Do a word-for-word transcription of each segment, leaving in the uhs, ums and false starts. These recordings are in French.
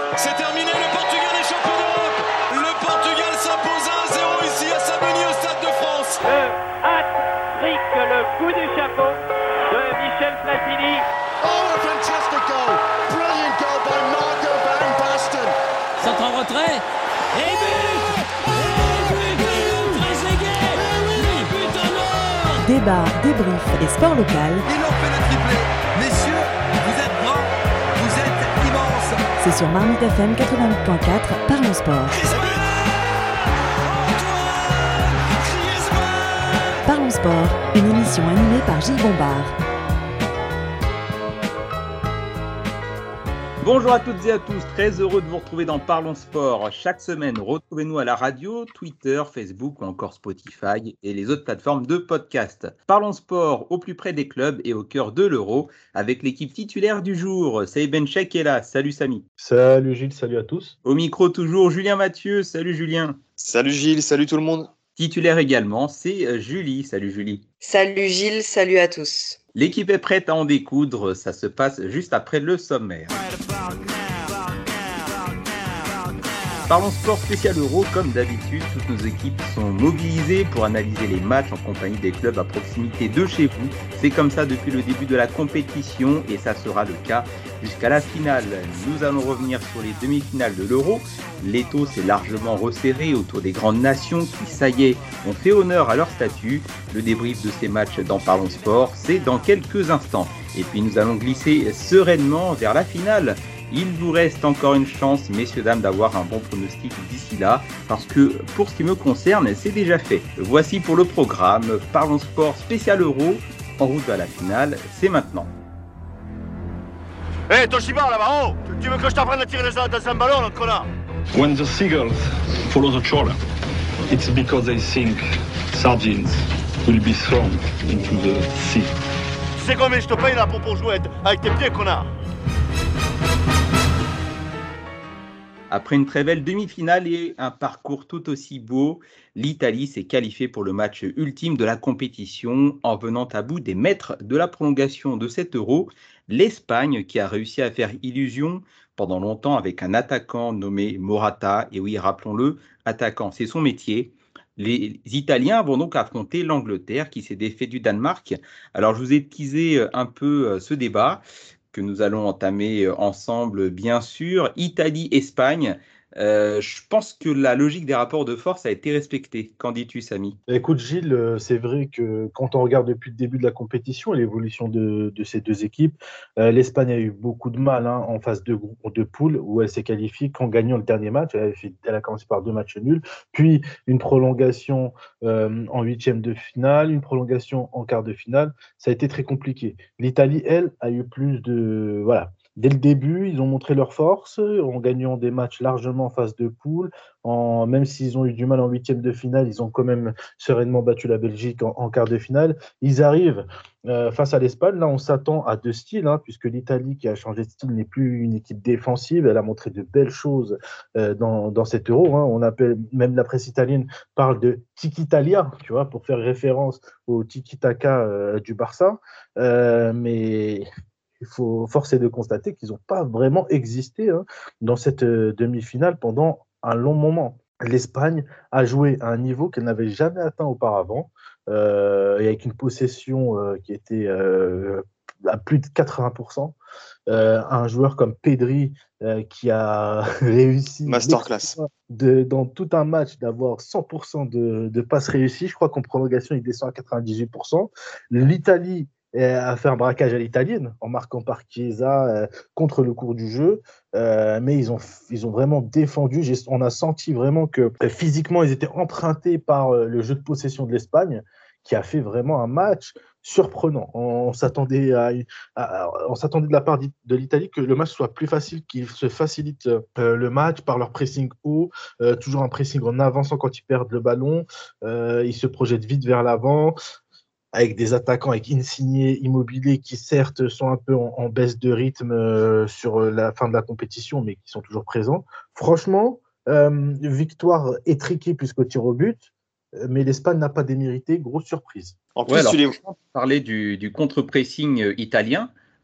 C'est terminé, le Portugal est champion d'Europe. Le Portugal s'impose un à zéro ici à Saint-Denis au Stade de France. Le hat-trick, le coup du chapeau de Michel Platini. Oh, a fantastic goal. Brilliant goal by Marco van Basten. Centre en retrait. Et but. Et but, Trezeguet. Les buts en or. Débat, débrief et sport local. Ils ont fait le triplé. Messieurs, vous êtes grands, vous êtes immenses. C'est sur Marmite F M quatre-vingt-huit point quatre, Parlons Sport. Parlons Sport, une émission animée par Gilles Bombard. Bonjour à toutes et à tous, très heureux de vous retrouver dans Parlons Sport. Chaque semaine, retrouvez-nous à la radio, Twitter, Facebook ou encore Spotify et les autres plateformes de podcast. Parlons Sport au plus près des clubs et au cœur de l'Euro avec l'équipe titulaire du jour. Sami Benchek est là, salut Sami. Salut Gilles, salut à tous. Au micro toujours Julien Mathieu, salut Julien. Salut Gilles, salut tout le monde. Titulaire également, c'est Julie, salut Julie. Salut Gilles, salut à tous. L'équipe est prête à en découdre, ça se passe juste après le sommaire. Parlons sport spécial Euro, comme d'habitude, toutes nos équipes sont mobilisées pour analyser les matchs en compagnie des clubs à proximité de chez vous. C'est comme ça depuis le début de la compétition et ça sera le cas jusqu'à la finale. Nous allons revenir sur les demi-finales de l'Euro. L'étau s'est largement resserré autour des grandes nations qui, ça y est, ont fait honneur à leur statut. Le débrief de ces matchs dans Parlons Sport, c'est dans quelques instants. Et puis nous allons glisser sereinement vers la finale. Il vous reste encore une chance, messieurs, dames, d'avoir un bon pronostic d'ici là, parce que pour ce qui me concerne, c'est déjà fait. Voici pour le programme Parlons Sport spécial Euro, en route à la finale, c'est maintenant. Hé, hey, Toshiba, là-bas, oh, tu veux que je t'apprenne à tirer dans un ballon, le connard? When the seagulls follow the trawler, it's because they think sardines will be thrown into the sea. Tu sais combien je te paye là pour, pour jouer avec tes pieds, connard? Après une très belle demi-finale et un parcours tout aussi beau, l'Italie s'est qualifiée pour le match ultime de la compétition en venant à bout des maîtres de la prolongation de cet Euro, l'Espagne qui a réussi à faire illusion pendant longtemps avec un attaquant nommé Morata. Et oui, rappelons-le, attaquant, c'est son métier. Les Italiens vont donc affronter l'Angleterre qui s'est défait du Danemark. Alors je vous ai teasé un peu ce débat que nous allons entamer ensemble, bien sûr. Italie-Espagne, euh, je pense que la logique des rapports de force a été respectée. Qu'en dis-tu, Sami ? Écoute, Gilles, c'est vrai que quand on regarde depuis le début de la compétition et l'évolution de, de ces deux équipes, euh, l'Espagne a eu beaucoup de mal hein, en phase de, de poule où elle s'est qualifiée qu'en gagnant le dernier match. Elle a, fait, elle a commencé par deux matchs nuls, puis une prolongation euh, en huitième de finale, une prolongation en quart de finale. Ça a été très compliqué. L'Italie, elle, a eu plus de... Voilà. Dès le début, ils ont montré leur force en gagnant des matchs largement en phase de poule. En, même s'ils ont eu du mal en huitième de finale, ils ont quand même sereinement battu la Belgique en, en quart de finale. Ils arrivent euh, face à l'Espagne. Là, on s'attend à deux styles, hein, puisque l'Italie, qui a changé de style, n'est plus une équipe défensive. Elle a montré de belles choses euh, dans, dans cet Euro. Hein. On appelle, même la presse italienne parle de Tiki-Talia, tu vois, pour faire référence au Tiki-Taka euh, du Barça. Euh, mais... Il faut forcer de constater qu'ils n'ont pas vraiment existé hein, dans cette euh, demi-finale pendant un long moment. L'Espagne a joué à un niveau qu'elle n'avait jamais atteint auparavant, euh, et avec une possession euh, qui était euh, à plus de quatre-vingts pour cent. Euh, un joueur comme Pedri euh, qui a réussi Masterclass. De, dans tout un match d'avoir cent pour cent de, de passes réussies. Je crois qu'en prolongation, il descend à quatre-vingt-dix-huit pour cent. L'Italie a fait un braquage à l'italienne en marquant par Chiesa euh, contre le cours du jeu, euh, mais ils ont, ils ont vraiment défendu. J'ai, on a senti vraiment que euh, physiquement ils étaient empruntés par euh, le jeu de possession de l'Espagne qui a fait vraiment un match surprenant. On, on, s'attendait, à, à, on s'attendait de la part de l'Italie que le match soit plus facile, qu'ils se facilitent euh, le match par leur pressing haut, euh, toujours un pressing en avançant quand ils perdent le ballon, euh, ils se projettent vite vers l'avant, avec des attaquants avec Insigne, Immobilier qui certes sont un peu en, en baisse de rythme euh, sur la fin de la compétition, mais qui sont toujours présents. Franchement, euh, victoire étriquée puisqu'au tir au but, mais l'Espagne n'a pas démérité, grosse surprise. En plus, ouais, alors, tu les... parler du, du contre-pressing italien.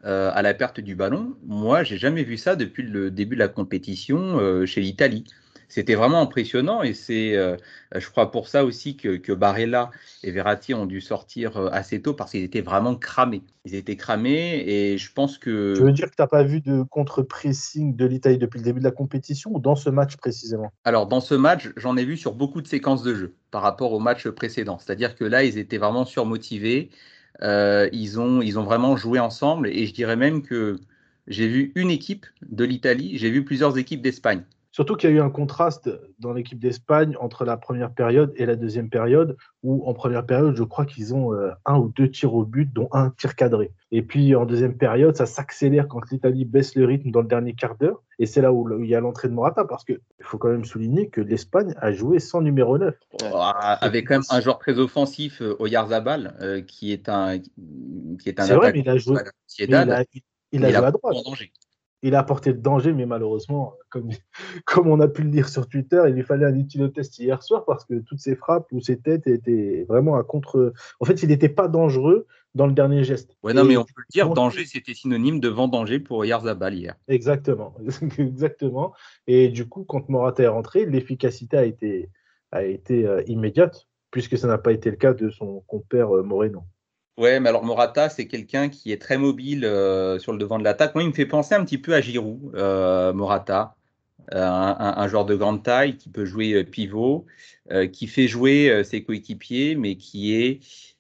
euh, à la perte du ballon. Moi, j'ai jamais vu ça depuis le début de la compétition euh, chez l'Italie. C'était vraiment impressionnant et c'est, euh, je crois, pour ça aussi que, que Barella et Verratti ont dû sortir assez tôt parce qu'ils étaient vraiment cramés. Ils étaient cramés et je pense que... Tu veux dire que tu n'as pas vu de contre-pressing de l'Italie depuis le début de la compétition ou dans ce match précisément? Alors, dans ce match, j'en ai vu sur beaucoup de séquences de jeu par rapport au match précédent. C'est-à-dire que là, ils étaient vraiment surmotivés. Euh, ils ont, ils ont vraiment joué ensemble et je dirais même que j'ai vu une équipe de l'Italie, j'ai vu plusieurs équipes d'Espagne. Surtout qu'il y a eu un contraste dans l'équipe d'Espagne entre la première période et la deuxième période, où en première période, je crois qu'ils ont euh, un ou deux tirs au but, dont un tir cadré. Et puis en deuxième période, ça s'accélère quand l'Italie baisse le rythme dans le dernier quart d'heure. Et c'est là où, où il y a l'entrée de Morata, parce qu'il faut quand même souligner que l'Espagne a joué sans numéro neuf. Avec quand même un joueur très offensif, Oyarzabal, euh, qui est un qui est un c'est vrai, mais il a joué, mais il a, il, il a joué à droite. Il a apporté le danger, mais malheureusement, comme, comme on a pu le lire sur Twitter, il lui fallait un utilotest hier soir parce que toutes ses frappes ou ses têtes étaient vraiment à contre. En fait, il n'était pas dangereux dans le dernier geste. Ouais, non, Et mais on peut le dire, danger, c'était synonyme de vendanger pour Oyarzabal hier. Exactement, exactement. Et du coup, quand Morata est rentré, l'efficacité a été, a été euh, immédiate, puisque ça n'a pas été le cas de son compère euh, Moreno. Ouais, mais alors Morata, c'est quelqu'un qui est très mobile euh, sur le devant de l'attaque. Moi, il me fait penser un petit peu à Giroud, euh, Morata, euh, un, un, un joueur de grande taille qui peut jouer euh, pivot, euh, qui fait jouer euh, ses coéquipiers, mais qui est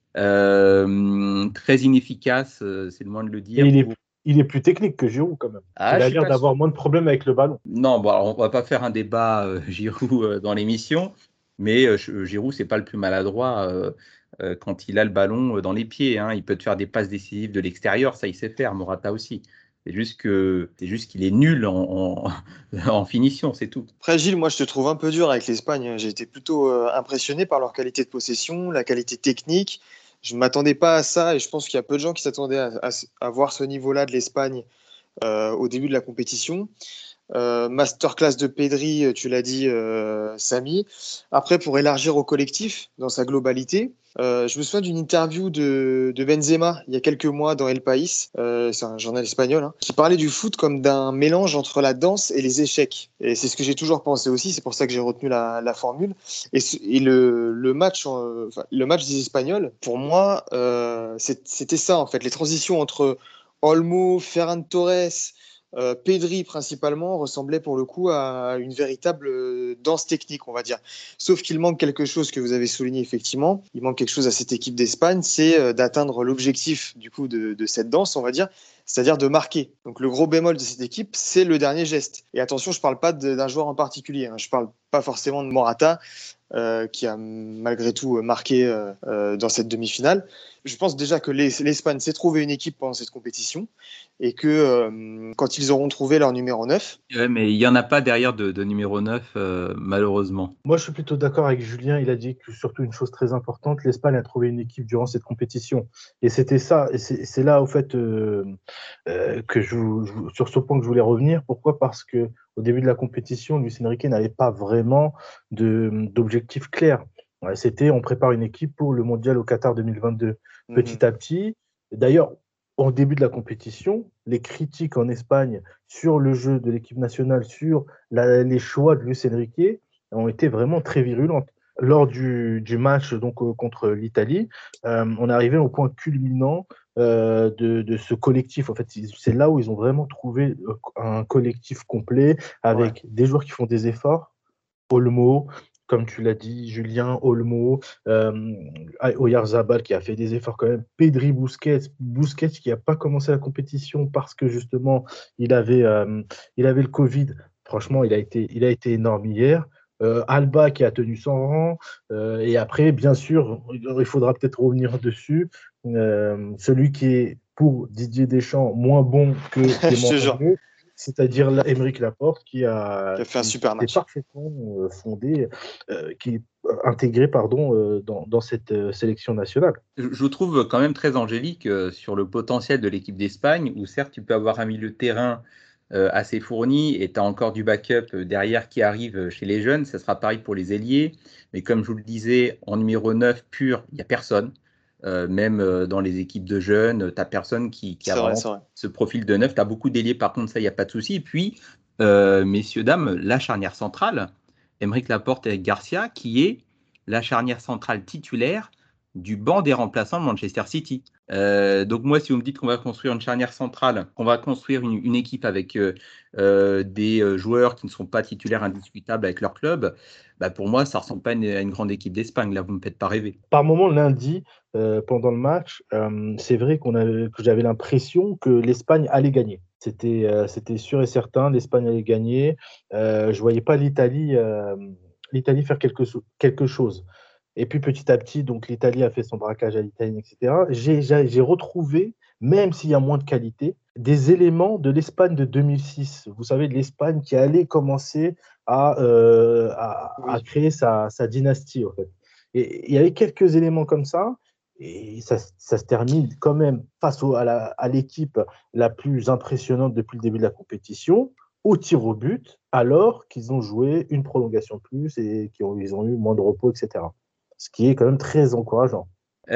euh, très inefficace, euh, c'est le moins de le dire. Et il est, il est plus technique que Giroud quand même. Ah, il a l'air d'avoir sûr. moins de problèmes avec le ballon. Non, bon, alors, on va pas faire un débat euh, Giroud euh, dans l'émission, mais euh, Giroud, c'est pas le plus maladroit. Euh, quand il a le ballon dans les pieds, hein. Il peut te faire des passes décisives de l'extérieur, ça il sait faire, Morata aussi. C'est juste que c'est juste qu'il est nul en, en, en finition, c'est tout. Après Gilles, moi je te trouve un peu dur avec l'Espagne. J'ai été plutôt euh, impressionné par leur qualité de possession, la qualité technique. Je ne m'attendais pas à ça et je pense qu'il y a peu de gens qui s'attendaient à, à, à voir ce niveau-là de l'Espagne euh, au début de la compétition. Euh, masterclass de Pedri, tu l'as dit, euh, Samy. Après, pour élargir au collectif dans sa globalité, euh, je me souviens d'une interview de, de Benzema il y a quelques mois dans El País, euh, c'est un journal espagnol, hein, qui parlait du foot comme d'un mélange entre la danse et les échecs. Et c'est ce que j'ai toujours pensé aussi, c'est pour ça que j'ai retenu la, la formule. Et, et le, le, match, euh, enfin, le match des Espagnols, pour moi, euh, c'est, c'était ça en fait. Les transitions entre Olmo, Ferran Torres, Euh, Pedri principalement ressemblait pour le coup à une véritable euh, danse technique, on va dire. Sauf qu'il manque quelque chose que vous avez souligné effectivement. Il manque quelque chose à cette équipe d'Espagne, c'est euh, d'atteindre l'objectif du coup de, de cette danse, on va dire, c'est-à-dire de marquer. Donc le gros bémol de cette équipe, c'est le dernier geste. Et attention, je ne parle pas de, d'un joueur en particulier, hein. Je ne parle pas forcément de Morata, euh, qui a malgré tout marqué euh, euh, dans cette demi-finale. Je pense déjà que les, l'Espagne s'est trouvé une équipe pendant cette compétition et que euh, quand ils auront trouvé leur numéro neuf... Ouais, mais il n'y en a pas derrière de, de numéro neuf, euh, malheureusement. Moi, je suis plutôt d'accord avec Julien. Il a dit que surtout une chose très importante, l'Espagne a trouvé une équipe durant cette compétition. Et c'était ça. Et c'est, c'est là, au fait, euh, euh, que je, je, sur ce point que je voulais revenir. Pourquoi ? Parce que au début de la compétition, Luis Enrique n'avait pas vraiment de, d'objectif clair. C'était, on prépare une équipe pour le mondial au Qatar deux mille vingt-deux. Mmh. Petit à petit, d'ailleurs, au début de la compétition, les critiques en Espagne sur le jeu de l'équipe nationale, sur la, les choix de Luis Enrique, ont été vraiment très virulentes. Lors du, du match donc, euh, contre l'Italie, euh, on est arrivé au point culminant euh, de, de ce collectif. En fait, c'est là où ils ont vraiment trouvé un collectif complet avec ouais. des joueurs qui font des efforts. Olmo, comme tu l'as dit, Julien, Olmo, euh, Oyarzabal qui a fait des efforts quand même, Pedri, Busquets, Busquets qui n'a pas commencé la compétition parce que justement il avait, euh, il avait le Covid. Franchement, il a été, il a été énorme hier. Euh, Alba qui a tenu son rang. Euh, et après, bien sûr, il faudra peut-être revenir dessus. Euh, celui qui est pour Didier Deschamps moins bon que Clément, c'est-à-dire Aymeric Laporte qui a, qui a fait un super match, parfaitement fondé, euh, qui est intégré pardon, euh, dans, dans cette euh, sélection nationale. Je trouve quand même très angélique euh, sur le potentiel de l'équipe d'Espagne, où certes tu peux avoir un milieu de terrain euh, assez fourni et tu as encore du backup derrière qui arrive chez les jeunes. Ça sera pareil pour les ailiers, mais comme je vous le disais, en numéro neuf pur, il n'y a personne. Euh, même euh, dans les équipes de jeunes, tu n'as personne qui, qui a C'est vrai, vraiment c'est vrai. ce profil de neuf. Tu as beaucoup d'ailiers, par contre, ça, il n'y a pas de souci. Et puis, euh, messieurs, dames, la charnière centrale, Aymeric Laporte et Garcia, qui est la charnière centrale titulaire du banc des remplaçants de Manchester City. Euh, donc moi, si vous me dites qu'on va construire une charnière centrale, qu'on va construire une, une équipe avec euh, euh, des euh, joueurs qui ne sont pas titulaires indiscutables avec leur club, bah pour moi, ça ne ressemble pas à une, à une grande équipe d'Espagne. Là, vous ne me faites pas rêver. Par moment, lundi, euh, pendant le match, euh, c'est vrai qu'on avait, que j'avais l'impression que l'Espagne allait gagner. C'était, euh, c'était sûr et certain, l'Espagne allait gagner. Euh, je ne voyais pas l'Italie, euh, l'Italie faire quelque, quelque chose. Et puis petit à petit, donc l'Italie a fait son braquage à l'Italie, et cetera. J'ai, j'ai, j'ai retrouvé, même s'il y a moins de qualité, des éléments de l'Espagne de deux mille six. Vous savez, de l'Espagne qui allait commencer à, euh, à, Oui. à créer sa, sa dynastie, en fait. Et il y avait quelques éléments comme ça, et ça, ça se termine quand même face au, à, la, à l'équipe la plus impressionnante depuis le début de la compétition, au tir au but, alors qu'ils ont joué une prolongation de plus et qu'ils ont, ils ont eu moins de repos, et cetera. Ce qui est quand même très encourageant.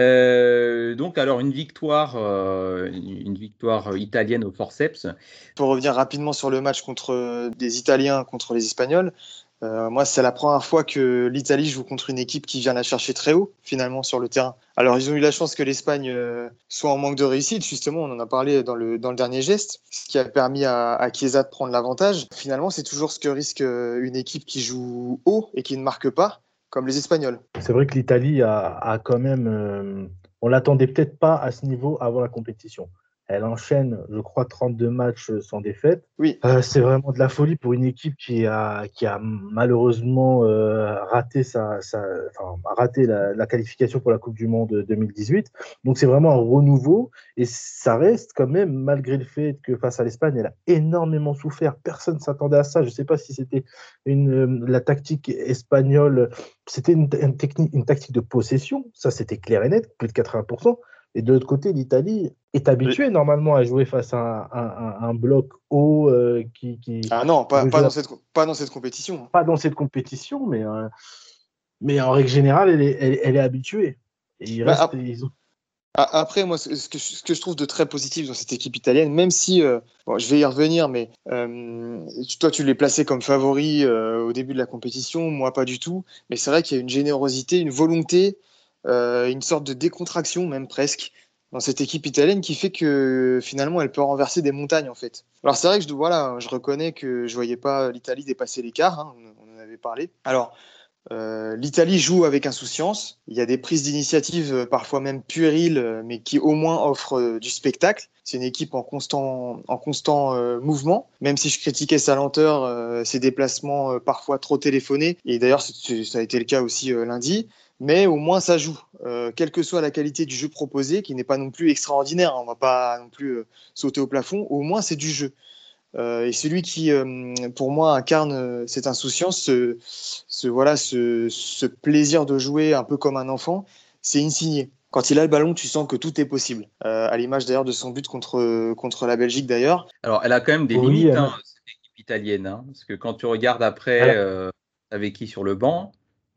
Euh, donc alors une victoire, euh, une victoire italienne au forceps. Pour revenir rapidement sur le match contre des Italiens contre les Espagnols, euh, moi c'est la première fois que l'Italie joue contre une équipe qui vient la chercher très haut finalement sur le terrain. Alors ils ont eu la chance que l'Espagne euh, soit en manque de réussite, justement on en a parlé dans le, dans le dernier geste, ce qui a permis à, à Chiesa de prendre l'avantage. Finalement c'est toujours ce que risque une équipe qui joue haut et qui ne marque pas, comme les Espagnols. C'est vrai que l'Italie a, a quand même... Euh, on l'attendait peut-être pas à ce niveau avant la compétition. Elle enchaîne, je crois, trente-deux matchs sans défaite. Oui. Euh, c'est vraiment de la folie pour une équipe qui a, qui a malheureusement euh, raté, sa, sa, enfin, raté la, la qualification pour la Coupe du Monde deux mille dix-huit. Donc c'est vraiment un renouveau. Et ça reste quand même, malgré le fait que face à l'Espagne, elle a énormément souffert. Personne ne s'attendait à ça. Je ne sais pas si c'était une, la tactique espagnole. C'était une, une, technique, une tactique de possession. Ça, c'était clair et net, plus de quatre-vingts pour cent. Et de l'autre côté, l'Italie est habituée oui. normalement à jouer face à un, un, un, un bloc haut euh, qui, qui. Ah non, pas, pas, dans cette, pas dans cette compétition. Pas dans cette compétition, mais, euh, mais en règle générale, elle est, elle, elle est habituée. Et il bah, reste, après, ils ont... après, moi, ce que, ce que je trouve de très positif dans cette équipe italienne, même si, euh, bon, je vais y revenir, mais euh, toi, tu l'es placé comme favori euh, au début de la compétition, moi, pas du tout. Mais c'est vrai qu'il y a une générosité, une volonté. Euh, une sorte de décontraction même presque dans cette équipe italienne qui fait que finalement elle peut renverser des montagnes en fait. Alors c'est vrai que je, voilà, je reconnais que je voyais pas l'Italie dépasser l'écart, hein, on, on en avait parlé. Alors euh, l'Italie joue avec insouciance, il y a des prises d'initiative euh, parfois même puériles euh, mais qui au moins offrent euh, du spectacle. C'est une équipe en constant, en constant euh, mouvement, même si je critiquais sa lenteur, euh, ses déplacements euh, parfois trop téléphonés, et d'ailleurs c'est, ça a été le cas aussi euh, lundi. Mais au moins ça joue, euh, quelle que soit la qualité du jeu proposé, qui n'est pas non plus extraordinaire, hein, on ne va pas non plus euh, sauter au plafond, au moins c'est du jeu. Euh, et celui qui, euh, pour moi, incarne euh, cette insouciance, ce, ce, voilà, ce, ce plaisir de jouer un peu comme un enfant, c'est Insigne. Quand il a le ballon, tu sens que tout est possible, euh, à l'image d'ailleurs de son but contre, contre la Belgique d'ailleurs. Alors elle a quand même des oui, limites, elle... hein, cette équipe italienne, hein, parce que quand tu regardes après Alors... euh, avec qui sur le banc,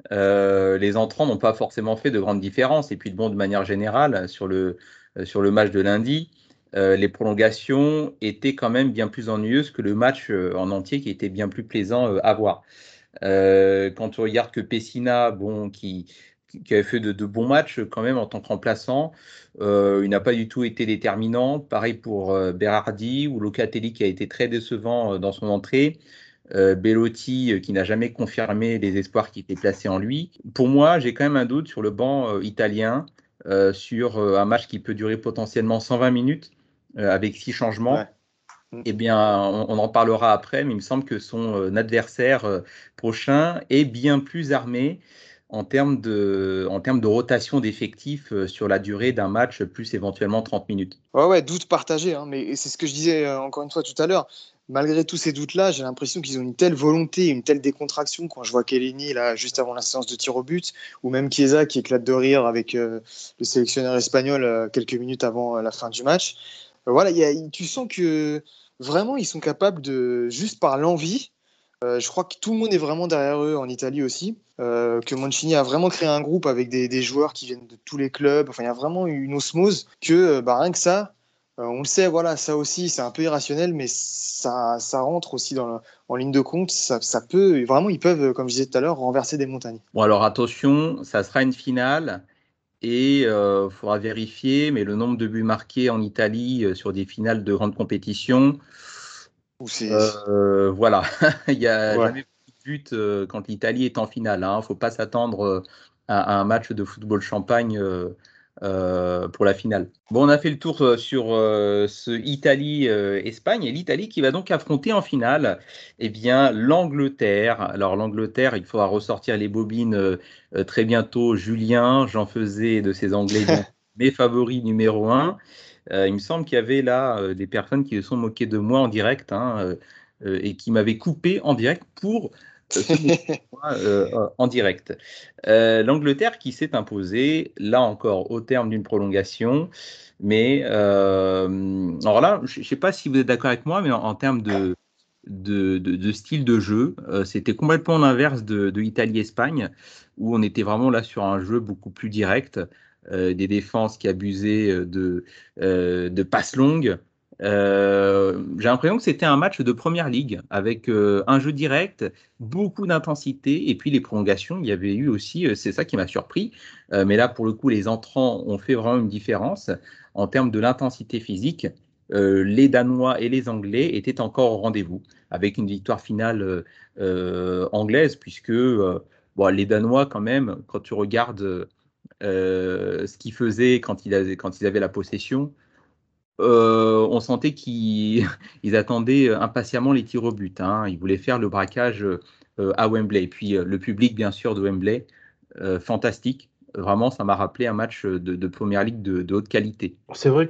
Euh, les entrants n'ont pas forcément fait de grandes différences. Et puis, bon, de manière générale, sur le, euh, sur le match de lundi, euh, les prolongations étaient quand même bien plus ennuyeuses que le match euh, en entier qui était bien plus plaisant euh, à voir. Euh, quand on regarde que Pessina, bon, qui, qui avait fait de, de bons matchs quand même en tant que remplaçant, euh, il n'a pas du tout été déterminant. Pareil pour euh, Berardi ou Locatelli qui a été très décevant euh, dans son entrée. Euh, Belotti euh, qui n'a jamais confirmé les espoirs qui étaient placés en lui. Pour moi, j'ai quand même un doute sur le banc euh, italien, euh, sur euh, un match qui peut durer potentiellement cent vingt minutes euh, avec six changements. Ouais. Eh bien, on, on en parlera après, mais il me semble que son euh, adversaire euh, prochain est bien plus armé en termes de, en termes de rotation d'effectifs euh, sur la durée d'un match, plus éventuellement trente minutes. Ouais, ouais, doute partagé, hein, mais c'est ce que je disais euh, encore une fois tout à l'heure. Malgré tous ces doutes-là, j'ai l'impression qu'ils ont une telle volonté, une telle décontraction quand je vois Chiellini là juste avant la séance de tir au but, ou même Chiesa qui éclate de rire avec euh, le sélectionneur espagnol euh, quelques minutes avant euh, la fin du match. Euh, voilà, y a, tu sens que vraiment ils sont capables de, juste par l'envie, Euh, je crois que tout le monde est vraiment derrière eux en Italie aussi. Euh, que Mancini a vraiment créé un groupe avec des, des joueurs qui viennent de tous les clubs. Enfin, il y a vraiment une osmose que bah, rien que ça, euh, on le sait, voilà, ça aussi, c'est un peu irrationnel, mais ça, ça rentre aussi dans la, en ligne de compte. Ça, ça peut, vraiment, ils peuvent, comme je disais tout à l'heure, renverser des montagnes. Bon, alors attention, ça sera une finale. Et il euh, faudra vérifier, mais le nombre de buts marqués en Italie euh, sur des finales de grande compétition, euh, voilà, il n'y a ouais. jamais beaucoup de buts euh, quand l'Italie est en finale. Il hein. ne faut pas s'attendre euh, à, à un match de football champagne euh, euh, pour la finale. Bon, on a fait le tour euh, sur euh, ce Italie-Espagne, et l'Italie qui va donc affronter en finale eh bien, l'Angleterre. Alors l'Angleterre, il faudra ressortir les bobines euh, euh, très bientôt. Julien, j'en faisais de ces Anglais mes favoris numéro un. Euh, il me semble qu'il y avait là euh, des personnes qui se sont moquées de moi en direct hein, euh, euh, et qui m'avaient coupé en direct pour euh, se moquer de moi euh, en direct. Euh, L'Angleterre qui s'est imposée, là encore, au terme d'une prolongation. Mais euh, alors là, je ne sais pas si vous êtes d'accord avec moi, mais en, en termes de, de, de, de style de jeu, euh, c'était complètement l'inverse de, de l'Italie-Espagne, où on était vraiment là sur un jeu beaucoup plus direct. Euh, des défenses qui abusaient de, euh, de passes longues. Euh, j'ai l'impression que c'était un match de première ligue avec euh, un jeu direct, beaucoup d'intensité et puis les prolongations. Il y avait eu aussi, euh, c'est ça qui m'a surpris, euh, mais là pour le coup les entrants ont fait vraiment une différence en termes de l'intensité physique. Euh, les Danois et les Anglais étaient encore au rendez-vous avec une victoire finale euh, anglaise puisque euh, bon, les Danois quand même, quand tu regardes Euh, ce qu'ils faisaient quand ils, avaient, quand ils avaient la possession, euh, on sentait qu'ils ils attendaient impatiemment les tirs au but. Hein. Ils voulaient faire le braquage euh, à Wembley. Et puis euh, le public, bien sûr, de Wembley, euh, fantastique. Vraiment, ça m'a rappelé un match de, de première ligue de, de haute qualité. C'est vrai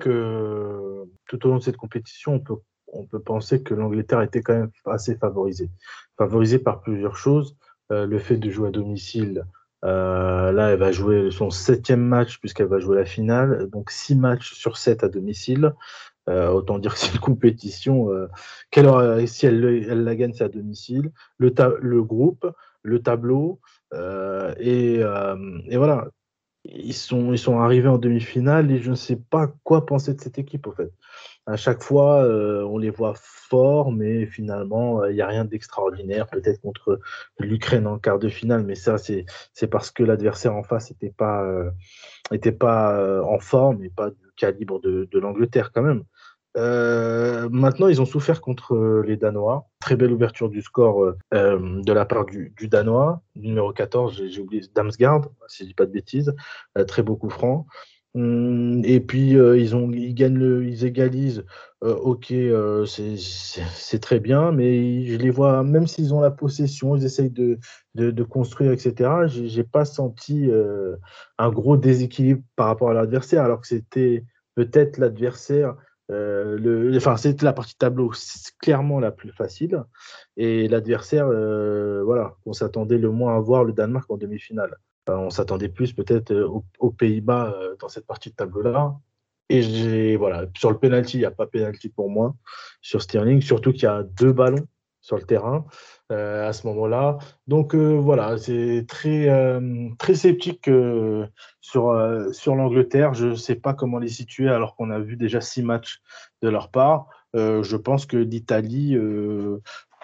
que tout au long de cette compétition, on peut, on peut penser que l'Angleterre était quand même assez favorisée. Favorisée par plusieurs choses. Euh, le fait de jouer à domicile. Euh, là, elle va jouer son septième match puisqu'elle va jouer la finale, donc six matchs sur sept à domicile. Euh, autant dire que c'est une compétition. Euh, qu'elle aura, si elle, elle la gagne, c'est à domicile. Le, ta- le groupe, le tableau, euh, et, euh, et voilà. Ils sont, ils sont arrivés en demi-finale et je ne sais pas quoi penser de cette équipe, en fait. À chaque fois, euh, on les voit forts, mais finalement, il euh, n'y a rien d'extraordinaire. Peut-être contre l'Ukraine en quart de finale, mais ça, c'est, c'est parce que l'adversaire en face n'était pas, euh, était pas euh, en forme et pas du calibre de, de l'Angleterre, quand même. Euh, maintenant, ils ont souffert contre les Danois. Très belle ouverture du score euh, de la part du, du Danois, numéro quatorze, j'ai, j'ai oublié, Damsgaard, si je dis pas de bêtises. Euh, très beau coup franc. Hum, et puis, euh, ils, ont, ils gagnent, le, ils égalisent. Euh, ok, euh, c'est, c'est, c'est très bien, mais je les vois, même s'ils ont la possession, ils essayent de, de, de construire, et cetera. J'ai, j'ai pas senti euh, un gros déséquilibre par rapport à l'adversaire, alors que c'était peut-être l'adversaire. Euh, le, enfin, c'était la partie tableau c'est clairement la plus facile et l'adversaire, euh, voilà, on s'attendait le moins à voir le Danemark en demi-finale. Enfin, on s'attendait plus peut-être aux, aux Pays-Bas euh, dans cette partie de tableau-là. Et j'ai, voilà, sur le penalty, il n'y a pas penalty pour moi sur Sterling, surtout qu'il y a deux ballons sur le terrain euh, à ce moment-là. Donc euh, voilà, c'est très, euh, très sceptique euh, sur, euh, sur l'Angleterre. Je ne sais pas comment les situer alors qu'on a vu déjà six matchs de leur part. Euh, je pense que l'Italie, euh,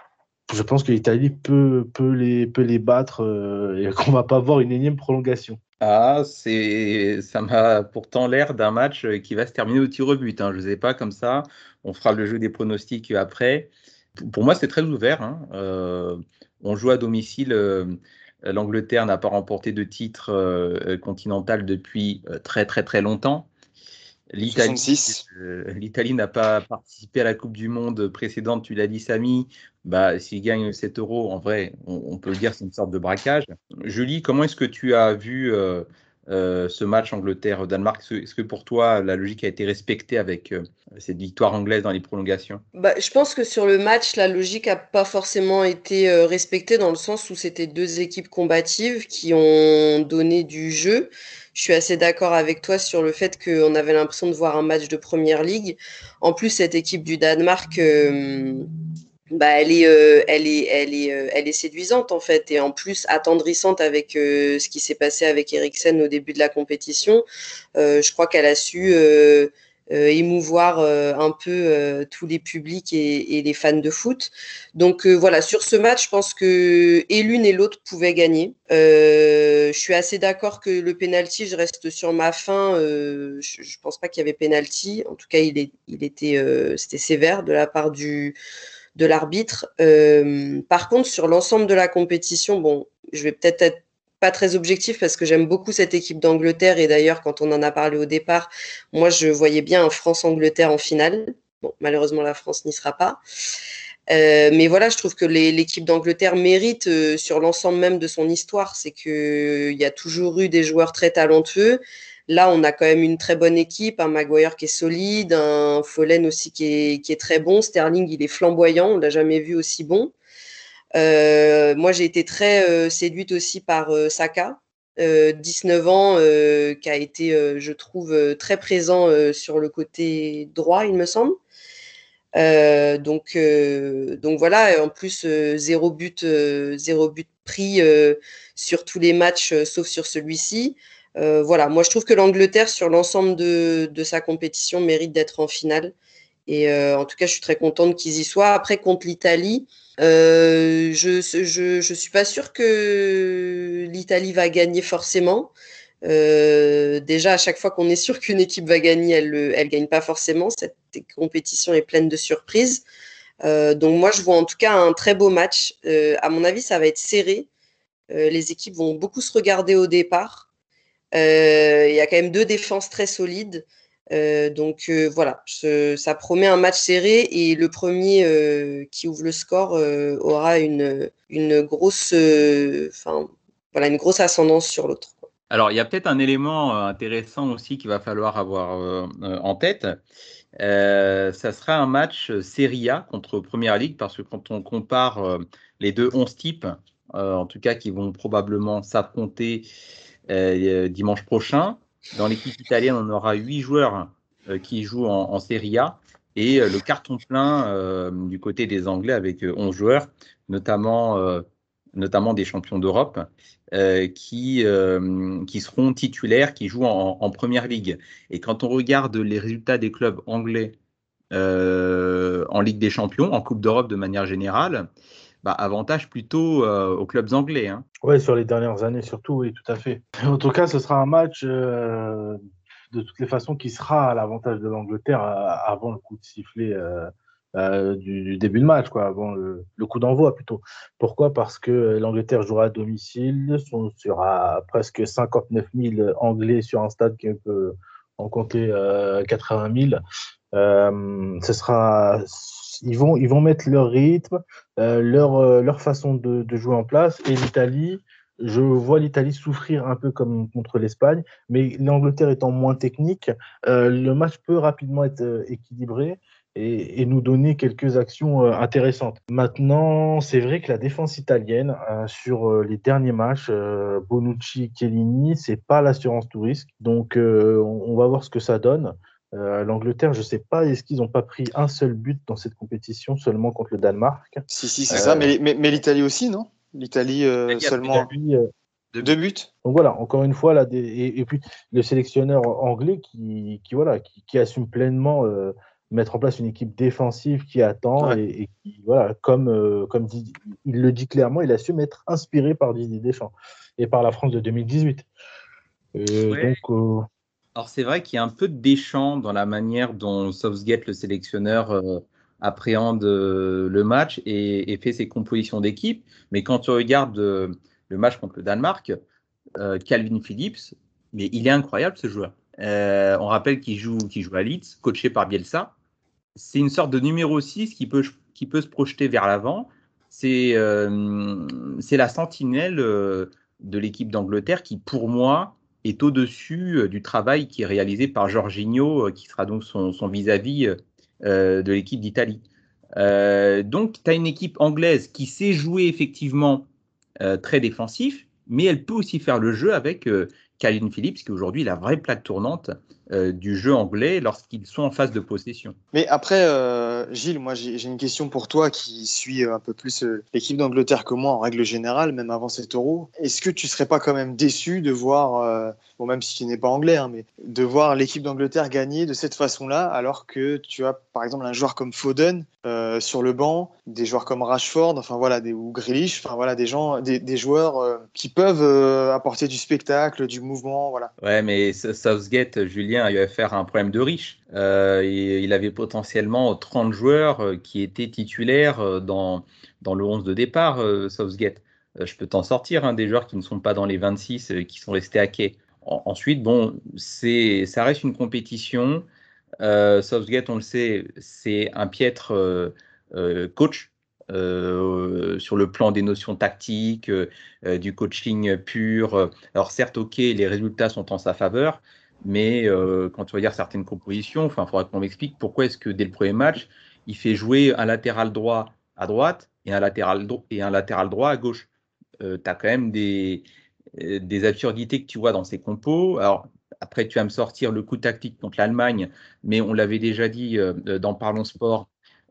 je pense que l'Italie peut, peut, les, peut les battre euh, et qu'on ne va pas voir une énième prolongation. Ah, c'est, ça m'a pourtant l'air d'un match qui va se terminer au tir au but. Hein. Je ne sais pas comme ça. On fera le jeu des pronostics après. Pour moi, c'est très ouvert. Hein. Euh, on joue à domicile. Euh, L'Angleterre n'a pas remporté de titre euh, continental depuis euh, très très très longtemps. L'Italie, euh, l'Italie n'a pas participé à la Coupe du Monde précédente, tu l'as dit Samy. Bah, s'il gagne sept euros, en vrai, on, on peut le dire, c'est une sorte de braquage. Julie, comment est-ce que tu as vu euh, euh, ce match Angleterre-Danemark ? Est-ce que pour toi, la logique a été respectée avec euh, cette victoire anglaise dans les prolongations ? Bah, je pense que sur le match, la logique n'a pas forcément été euh, respectée dans le sens où c'était deux équipes combatives qui ont donné du jeu. Je suis assez d'accord avec toi sur le fait qu'on avait l'impression de voir un match de Première Ligue. En plus, cette équipe du Danemark, euh, bah, elle est, euh, elle est, elle est, euh, elle est séduisante en fait, et en plus attendrissante avec euh, ce qui s'est passé avec Eriksen au début de la compétition. Euh, je crois qu'elle a su euh, euh, émouvoir euh, un peu euh, tous les publics et, et les fans de foot. Donc euh, voilà, sur ce match, je pense que et l'une et l'autre pouvaient gagner. Euh, je suis assez d'accord que le penalty, je reste sur ma fin. Euh, je, je pense pas qu'il y avait penalty. En tout cas, il est, il était, euh, c'était sévère de la part du de l'arbitre. Euh, par contre, sur l'ensemble de la compétition, bon, je vais peut-être être pas très objectif parce que j'aime beaucoup cette équipe d'Angleterre, et d'ailleurs, quand on en a parlé au départ, moi, je voyais bien un France-Angleterre en finale. Bon, malheureusement, la France n'y sera pas. Euh, mais voilà, je trouve que les, l'équipe d'Angleterre mérite euh, sur l'ensemble même de son histoire. C'est qu'il y a toujours eu des joueurs très talentueux. Là, on a quand même une très bonne équipe, un Maguire qui est solide, un Foden aussi qui est, qui est très bon. Sterling, il est flamboyant, on l'a jamais vu aussi bon. Euh, moi, j'ai été très euh, séduite aussi par euh, Saka, euh, dix-neuf ans, euh, qui a été, euh, je trouve, euh, très présent euh, sur le côté droit, il me semble. Euh, donc, euh, donc voilà, en plus, euh, zéro but, euh, zéro but pris euh, sur tous les matchs, euh, sauf sur celui-ci. Euh, voilà, moi je trouve que l'Angleterre, sur l'ensemble de, de sa compétition, mérite d'être en finale. Et euh, en tout cas, je suis très contente qu'ils y soient. Après, contre l'Italie, euh, je je je suis pas sûre que l'Italie va gagner forcément. Euh, déjà, à chaque fois qu'on est sûr qu'une équipe va gagner, elle elle gagne pas forcément. Cette compétition est pleine de surprises. Euh, donc moi, je vois en tout cas un très beau match. Euh, à mon avis, ça va être serré. Euh, les équipes vont beaucoup se regarder au départ. Euh, il y a quand même deux défenses très solides. Euh, donc euh, voilà, je, ça promet un match serré, et le premier euh, qui ouvre le score euh, aura une, une grosse, enfin euh, voilà, une grosse ascendance sur l'autre. Alors, il y a peut-être un élément intéressant aussi qu'il va falloir avoir euh, en tête. Euh, ça sera un match Serie A contre Première Ligue, parce que quand on compare euh, les deux onze types, euh, en tout cas qui vont probablement s'affronter euh, dimanche prochain, dans l'équipe italienne, on aura huit joueurs euh, qui jouent en, en Serie A, et euh, le carton plein euh, du côté des Anglais avec euh, onze joueurs, notamment, euh, notamment des champions d'Europe. Euh, qui, euh, qui seront titulaires, qui jouent en, en Première Ligue. Et quand on regarde les résultats des clubs anglais euh, en Ligue des Champions, en Coupe d'Europe de manière générale, bah, avantage plutôt euh, aux clubs anglais. Hein. Oui, sur les dernières années surtout, oui, tout à fait. En tout cas, ce sera un match euh, de toutes les façons qui sera à l'avantage de l'Angleterre euh, avant le coup de sifflet euh, Euh, du, du début de match, quoi, avant le, le coup d'envoi plutôt. Pourquoi ? Parce que l'Angleterre jouera à domicile, on sera presque cinquante-neuf mille Anglais sur un stade qui peut en compter euh, quatre-vingt mille. Euh, ce sera, ils vont, ils vont mettre leur rythme, euh, leur, euh, leur façon de, de jouer en place. Et l'Italie, je vois l'Italie souffrir un peu comme contre l'Espagne, mais l'Angleterre étant moins technique, euh, le match peut rapidement être euh, équilibré. Et, et nous donner quelques actions euh, intéressantes. Maintenant, c'est vrai que la défense italienne, euh, sur euh, les derniers matchs, euh, Bonucci, Chiellini, c'est pas l'assurance tout risque. Donc, euh, on, on va voir ce que ça donne. Euh, L'Angleterre, je sais pas, est-ce qu'ils n'ont pas pris un seul but dans cette compétition, seulement contre le Danemark ? Si, si, c'est euh, ça, mais, mais, mais l'Italie aussi, non ? L'Italie euh, seulement L'Italie, euh, deux buts. Donc voilà, encore une fois, là, des, et, et puis le sélectionneur anglais qui, qui, voilà, qui, qui assume pleinement euh, mettre en place une équipe défensive qui attend, ouais. et, et qui, voilà, comme, euh, comme dit, il le dit clairement, il assume être inspiré par Didier Deschamps et par la France de deux mille dix-huit. Euh, ouais. Donc, euh... Alors c'est vrai qu'il y a un peu de Deschamps dans la manière dont Southgate, le sélectionneur, euh, appréhende euh, le match et, et fait ses compositions d'équipe. Mais quand tu regardes euh, le match contre le Danemark, euh, Calvin Phillips, mais il est incroyable ce joueur. Euh, on rappelle qu'il joue, qu'il joue à Leeds, coaché par Bielsa. C'est une sorte de numéro six qui peut, qui peut se projeter vers l'avant. C'est, euh, c'est la sentinelle euh, de l'équipe d'Angleterre qui, pour moi, est au-dessus euh, du travail qui est réalisé par Jorginho, euh, qui sera donc son, son vis-à-vis euh, de l'équipe d'Italie. Euh, donc, tu as une équipe anglaise qui sait jouer effectivement euh, très défensif, mais elle peut aussi faire le jeu avec euh, Calvin Phillips, qui aujourd'hui est la vraie plaque tournante euh, du jeu anglais lorsqu'ils sont en phase de possession. Mais après, euh, Gilles, moi j'ai, j'ai une question pour toi qui suit un peu plus euh, l'équipe d'Angleterre que moi en règle générale, même avant cet Euro. Est-ce que tu serais pas quand même déçu de voir, euh, bon même si tu n'es pas anglais, hein, mais de voir l'équipe d'Angleterre gagner de cette façon-là, alors que tu as par exemple un joueur comme Foden euh, sur le banc, des joueurs comme Rashford, enfin voilà, des, ou Grealish, enfin voilà, des gens, des, des joueurs euh, qui peuvent euh, apporter du spectacle, du mouvement, voilà. Ouais, mais Southgate, Julien, il va faire un problème de riche. Euh, et il avait potentiellement trente joueurs qui étaient titulaires dans, dans le onze de départ, euh, Southgate. Euh, je peux t'en sortir, hein, des joueurs qui ne sont pas dans les vingt-six, euh, qui sont restés à quai. En, ensuite, bon, c'est, ça reste une compétition. Euh, Southgate, on le sait, c'est un piètre euh, euh, coach. Euh, sur le plan des notions tactiques, euh, euh, du coaching pur. Alors certes, ok, les résultats sont en sa faveur, mais euh, quand tu regardes certaines compositions, enfin, il faudra qu'on m'explique pourquoi est-ce que dès le premier match, il fait jouer un latéral droit à droite et un latéral, dro- et un latéral droit à gauche. Euh, tu as quand même des, euh, des absurdités que tu vois dans ces compos. Alors après, tu vas me sortir le coup tactique contre l'Allemagne, mais on l'avait déjà dit euh, dans Parlons Sport.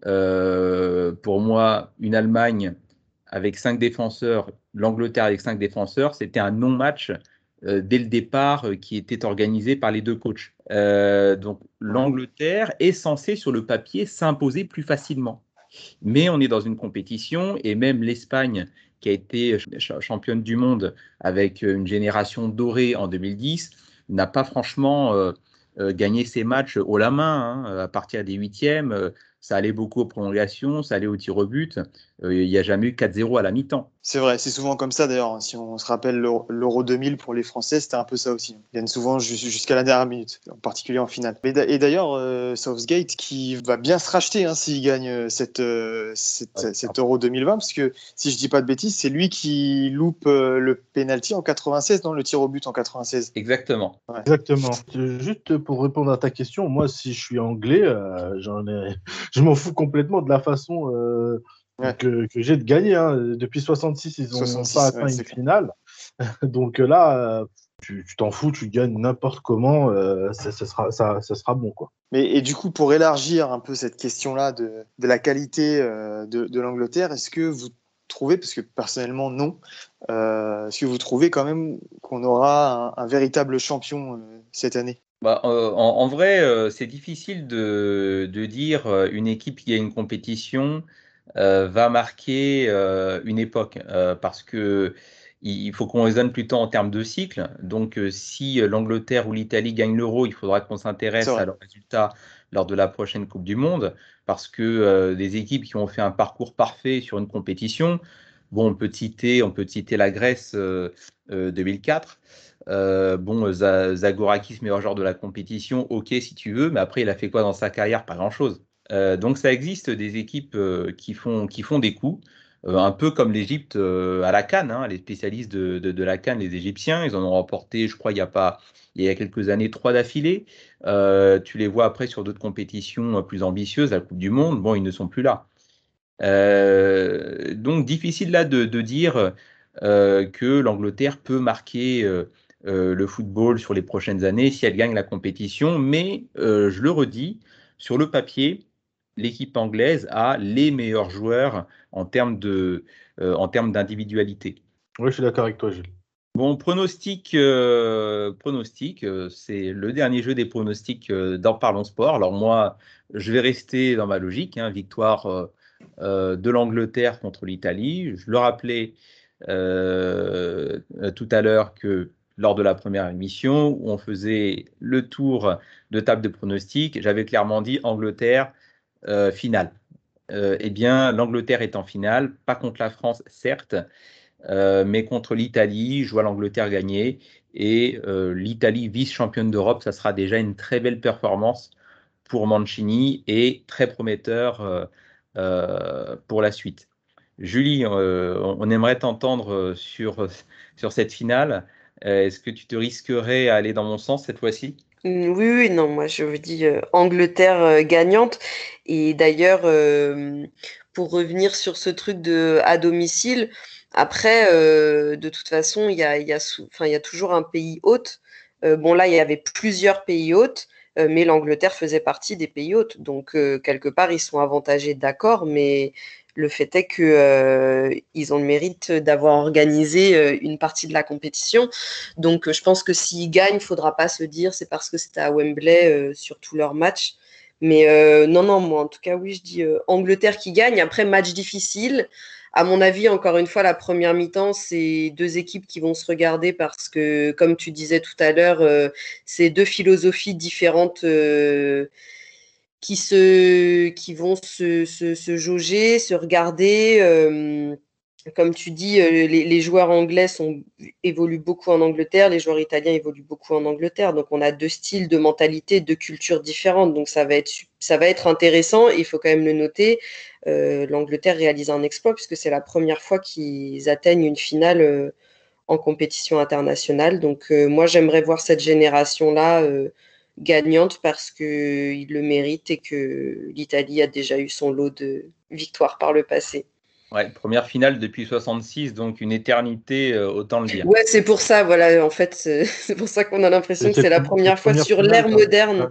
Euh, pour moi, une Allemagne avec cinq défenseurs, l'Angleterre avec cinq défenseurs, c'était un non-match euh, dès le départ euh, qui était organisé par les deux coachs. Euh, donc l'Angleterre est censée sur le papier s'imposer plus facilement. Mais on est dans une compétition et même l'Espagne, qui a été ch- championne du monde avec une génération dorée en deux mille dix, n'a pas franchement euh, euh, gagné ses matchs haut la main, hein. À partir des huitièmes, euh, ça allait beaucoup aux prolongations, ça allait au tir au but. Euh, il n'y a jamais eu quatre zéro à la mi-temps. C'est vrai, c'est souvent comme ça d'ailleurs. Si on se rappelle l'Euro l'Euro deux mille pour les Français, c'était un peu ça aussi. Ils viennent souvent jus- jusqu'à la dernière minute, en particulier en finale. Mais d'a- Et d'ailleurs, euh, Southgate qui va bien se racheter hein, s'il gagne euh, cette, euh, cette, Ouais. cet Euro deux mille vingt, parce que si je dis pas de bêtises, c'est lui qui loupe euh, le penalty en quatre-vingt-seize, non, le tir au but en quatre-vingt-seize. Exactement. Ouais. Exactement. Euh, Juste pour répondre à ta question, moi, si je suis anglais, euh, j'en ai... je m'en fous complètement de la façon euh, Ouais. que, que j'ai de gagner. Hein. Depuis soixante-six, ils n'ont soixante-six, pas atteint ouais, une c'est clair. finale. Donc euh, là, euh, tu tu t'en fous, tu gagnes n'importe comment, euh, ça, ça sera, ça, ça sera bon, quoi. Mais et du coup, pour élargir un peu cette question-là de, de la qualité euh, de, de l'Angleterre, est-ce que vous trouvez, parce que personnellement non, euh, est-ce que vous trouvez quand même qu'on aura un, un véritable champion euh, cette année? Bah, euh, en, en vrai, euh, c'est difficile de, de dire euh, une équipe qui a une compétition euh, va marquer euh, une époque euh, parce que il faut qu'on raisonne plutôt en termes de cycle. Donc, euh, si l'Angleterre ou l'Italie gagnent l'Euro, il faudra qu'on C'est s'intéresse à vrai. leurs résultats lors de la prochaine Coupe du Monde parce que euh, des équipes qui ont fait un parcours parfait sur une compétition, bon, on peut citer, on peut citer la Grèce euh, euh, deux mille quatre. Euh, bon, Z- Zagorakis, meilleur joueur de la compétition, ok si tu veux, mais après, il a fait quoi dans sa carrière? Pas grand-chose. Euh, donc, ça existe des équipes euh, qui font, qui font des coups, euh, un peu comme l'Égypte euh, à la CAN, hein, les spécialistes de, de, de la CAN, les Égyptiens, ils en ont remporté, je crois, il y a pas, il y a quelques années, trois d'affilée. Euh, tu les vois après sur d'autres compétitions euh, plus ambitieuses, la Coupe du Monde, bon, ils ne sont plus là. Euh, donc, difficile là de, de dire euh, que l'Angleterre peut marquer euh, euh, le football sur les prochaines années si elle gagne la compétition, mais euh, je le redis, sur le papier, l'équipe anglaise a les meilleurs joueurs en termes de, euh, en termes d'individualité. Oui, je suis d'accord avec toi, Gilles. Bon, pronostic, euh, pronostic, euh, c'est le dernier jeu des pronostics euh, dans Parlons Sport. Alors moi, je vais rester dans ma logique, hein, victoire euh, euh, de l'Angleterre contre l'Italie. Je le rappelais euh, euh, tout à l'heure que lors de la première émission où on faisait le tour de table de pronostics, j'avais clairement dit Angleterre euh, finale. Euh, eh bien, l'Angleterre est en finale, pas contre la France, certes, euh, mais contre l'Italie, je vois l'Angleterre gagner et euh, l'Italie vice-championne d'Europe, ça sera déjà une très belle performance pour Mancini et très prometteur euh, euh, pour la suite. Julie, euh, on aimerait t'entendre sur, sur cette finale. Euh, est-ce que tu te risquerais à aller dans mon sens cette fois-ci? Mm, Oui, oui, non, moi je vous dis euh, Angleterre euh, gagnante. Et d'ailleurs, euh, pour revenir sur ce truc de à domicile, après, euh, de toute façon, il y a, il y a, sou- enfin, il y a toujours un pays hôte Euh, bon, là, il y avait plusieurs pays hôtes, euh, mais l'Angleterre faisait partie des pays hôtes. Donc, euh, quelque part, ils sont avantagés, d'accord, mais le fait est qu'ils euh, ont le mérite d'avoir organisé euh, une partie de la compétition. Donc, euh, je pense que s'ils gagnent, il ne faudra pas se dire c'est parce que c'était à Wembley euh, sur tous leurs matchs. Mais euh, non, non, moi, en tout cas, oui, je dis euh, Angleterre qui gagne. Après, match difficile. À mon avis, encore une fois, la première mi-temps, c'est deux équipes qui vont se regarder parce que, comme tu disais tout à l'heure, euh, c'est deux philosophies différentes euh, qui, se, qui vont se, se, se jauger, se regarder. Euh, comme tu dis, euh, les, les joueurs anglais sont, évoluent beaucoup en Angleterre, les joueurs italiens évoluent beaucoup en Angleterre. Donc, on a deux styles de mentalité, deux cultures différentes. Donc, ça va être, ça va être intéressant. Il faut quand même le noter. Euh, L'Angleterre réalise un exploit puisque c'est la première fois qu'ils atteignent une finale euh, en compétition internationale. Donc, euh, moi, j'aimerais voir cette génération-là euh, gagnante parce qu'ils le méritent et que l'Italie a déjà eu son lot de victoires par le passé. Ouais, première finale depuis soixante-six, donc une éternité, euh, autant le dire. Ouais, c'est pour ça, voilà, en fait, c'est, c'est pour ça qu'on a l'impression que c'est la première fois sur l'ère moderne,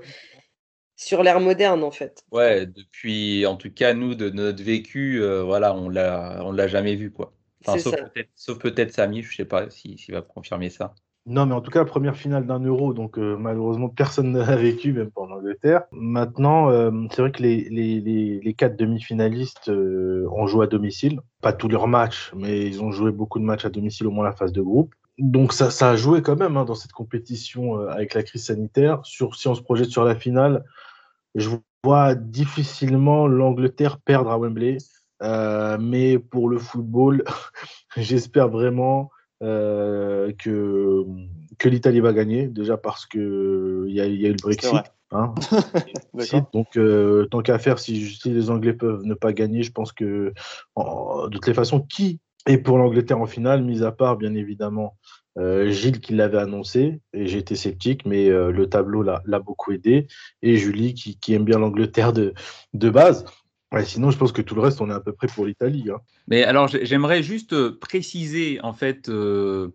sur l'ère moderne, en fait. Ouais, depuis, en tout cas, nous, de notre vécu, euh, voilà, on l'a, on l'a jamais vu, quoi. Enfin, C'est sauf ça. peut-être, sauf peut-être Samy, je sais pas si, s'il va confirmer ça. Non, mais en tout cas, première finale d'un Euro, donc euh, malheureusement, personne ne l'a vécu, même pas en Angleterre. Maintenant, euh, c'est vrai que les, les, les, les quatre demi-finalistes euh, ont joué à domicile. Pas tous leurs matchs, mais ils ont joué beaucoup de matchs à domicile, au moins la phase de groupe. Donc ça, ça a joué quand même hein, dans cette compétition euh, avec la crise sanitaire. Sur, si on se projette sur la finale, je vois difficilement l'Angleterre perdre à Wembley. Euh, mais pour le football, j'espère vraiment euh, que, que l'Italie va gagner, déjà parce qu'il y a, y a eu le Brexit. Hein, donc, euh, tant qu'à faire, si, si les Anglais peuvent ne pas gagner, je pense que en, de toutes les façons, qui est pour l'Angleterre en finale, mis à part, bien évidemment, euh, Gilles qui l'avait annoncé, et j'ai été sceptique, mais euh, le tableau l'a, l'a beaucoup aidé, et Julie qui, qui aime bien l'Angleterre de, de base. Ouais, sinon, je pense que tout le reste, on est à peu près pour l'Italie. Hein. Mais alors, j'aimerais juste préciser, en fait, euh,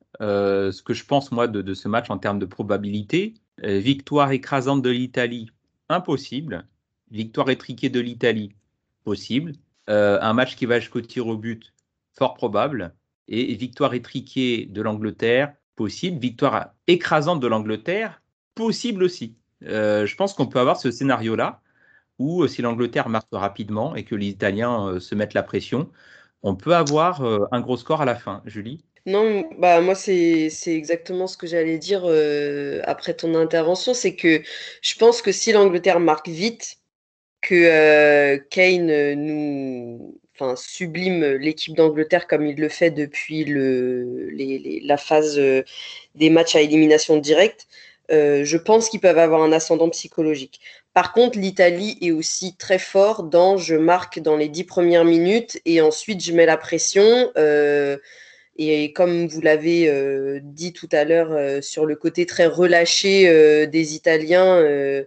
euh, ce que je pense, moi, de, de ce match en termes de probabilité. Euh, victoire écrasante de l'Italie, impossible. Victoire étriquée de l'Italie, possible. Euh, un match qui va jusqu'au tir au but, fort probable. Et victoire étriquée de l'Angleterre, possible. Victoire écrasante de l'Angleterre, possible aussi. Euh, je pense qu'on peut avoir ce scénario-là. Ou si l'Angleterre marque rapidement et que les Italiens euh, se mettent la pression, on peut avoir euh, un gros score à la fin. Julie ? Non, bah moi c'est c'est exactement ce que j'allais dire euh, après ton intervention, c'est que je pense que si l'Angleterre marque vite, que euh, Kane euh, nous, enfin sublime l'équipe d'Angleterre comme il le fait depuis le les, les, la phase euh, des matchs à élimination directe, euh, je pense qu'ils peuvent avoir un ascendant psychologique. Par contre, l'Italie est aussi très fort dans je marque dans les dix premières minutes et ensuite je mets la pression. Euh, Et comme vous l'avez euh, dit tout à l'heure, euh, sur le côté très relâché euh, des Italiens euh,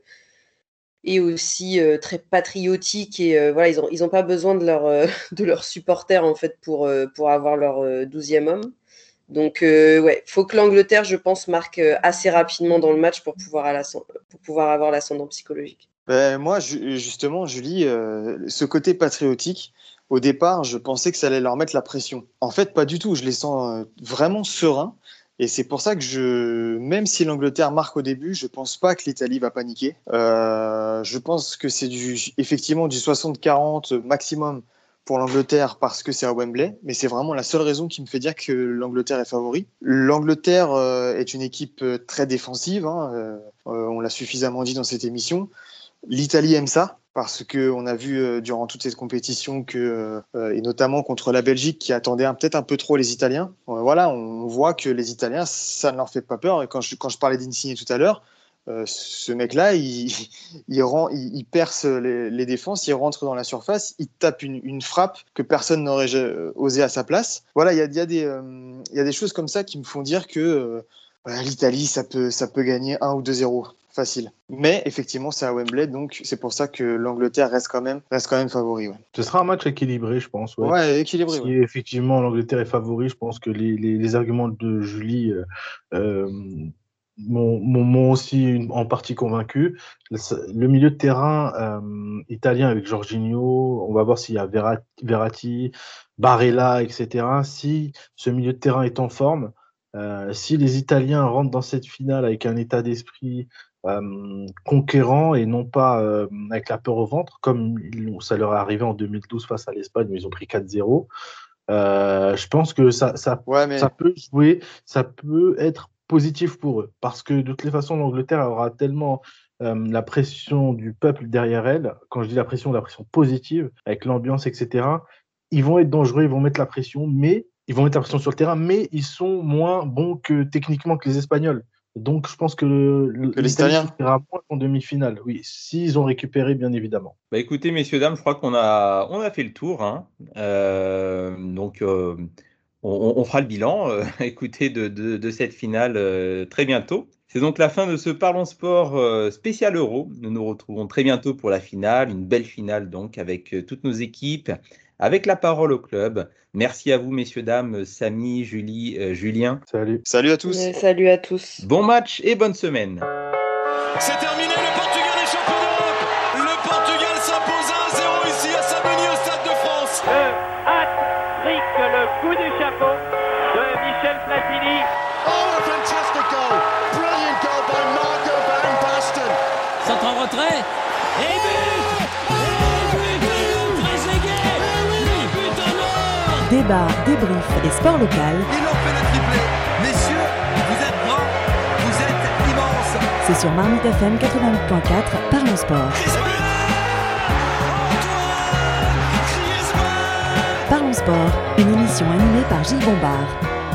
et aussi euh, très patriotique, et euh, voilà, ils n'ont ils ont pas besoin de leur, euh, de leurs supporters en fait pour, euh, pour avoir leur euh, douzième homme. Donc, euh, ouais, il faut que l'Angleterre, je pense, marque euh, assez rapidement dans le match pour pouvoir, à pour pouvoir avoir l'ascendant psychologique. Ben, moi, ju- justement, Julie, euh, ce côté patriotique, au départ, je pensais que ça allait leur mettre la pression. En fait, pas du tout. Je les sens euh, vraiment sereins. Et c'est pour ça que je, même si l'Angleterre marque au début, je pense pas que l'Italie va paniquer. Euh, je pense que c'est du, effectivement du soixante quarante maximum pour l'Angleterre parce que c'est à Wembley. Mais c'est vraiment la seule raison qui me fait dire que l'Angleterre est favori. L'Angleterre euh, est une équipe très défensive. Hein, euh, on l'a suffisamment dit dans cette émission. L'Italie aime ça parce qu'on a vu euh, durant toute cette compétition que, euh, et notamment contre la Belgique qui attendait un, peut-être un peu trop les Italiens. Euh, voilà, on voit que les Italiens, ça ne leur fait pas peur. Et quand je, quand je parlais d'Insigne tout à l'heure, euh, ce mec-là, il, il, rend, il, il perce les, les défenses, il rentre dans la surface, il tape une, une frappe que personne n'aurait osé à sa place. Voilà, il y a, il y a des, euh, il y a des choses comme ça qui me font dire que euh, bah, l'Italie, ça peut, ça peut gagner un ou deux zéro. Facile. Mais effectivement, c'est à Wembley, donc c'est pour ça que l'Angleterre reste quand même, reste quand même favori. Ouais. Ce sera un match équilibré, je pense. Ouais, ouais équilibré. Si ouais. effectivement l'Angleterre est favori, je pense que les, les, les arguments de Julie euh, m'ont, m'ont aussi en partie convaincu. Le, le milieu de terrain euh, italien avec Jorginho, on va voir s'il y a Verratti, Verratti Barella, et cetera. Si ce milieu de terrain est en forme, euh, si les Italiens rentrent dans cette finale avec un état d'esprit euh, conquérant et non pas euh, avec la peur au ventre, comme ça leur est arrivé en deux mille douze face à l'Espagne où ils ont pris quatre zéro, euh, je pense que ça, ça, ouais, mais... ça peut jouer, ça peut être positif pour eux. Parce que de toutes les façons, l'Angleterre aura tellement euh, la pression du peuple derrière elle. Quand je dis la pression, la pression positive, avec l'ambiance, et cetera. Ils vont être dangereux, ils vont mettre la pression, mais ils vont mettre la pression sur le terrain, mais ils sont moins bons que techniquement que les Espagnols. Donc je pense que, le, que l'Italien ira moins en demi-finale. Oui, s'ils ont récupéré, bien évidemment. Bah écoutez, messieurs, dames, je crois qu'on a, on a fait le tour. Hein. Euh, donc euh, on, on fera le bilan, euh, écoutez, de, de, de cette finale euh, très bientôt. C'est donc la fin de ce Parlons Sport euh, spécial Euro. Nous nous retrouvons très bientôt pour la finale, une belle finale donc avec euh, toutes nos équipes, avec la parole au club. Merci à vous, messieurs, dames, Samy, Julie, euh, Julien. Salut. Salut à tous. Ouais, salut à tous. Bon match et bonne semaine. C'est terminé, le Portugal est champion d'Europe. Le Portugal s'impose un à zéro ici à Saint-Denis au Stade de France. Le hat-trick, le coup du chapeau de Michel Platini. Oh, a fantastic goal! Brilliant goal by Marco van Basten. Centre en retrait. Et but! Débat, débrief et sport local. Ils ont fait le triplé. Messieurs, vous êtes grands, vous êtes immenses. C'est sur Marmite F M quatre-vingt-huit point quatre, Parlons Sport. Parlons Sport, une émission animée par Gilles Bombard.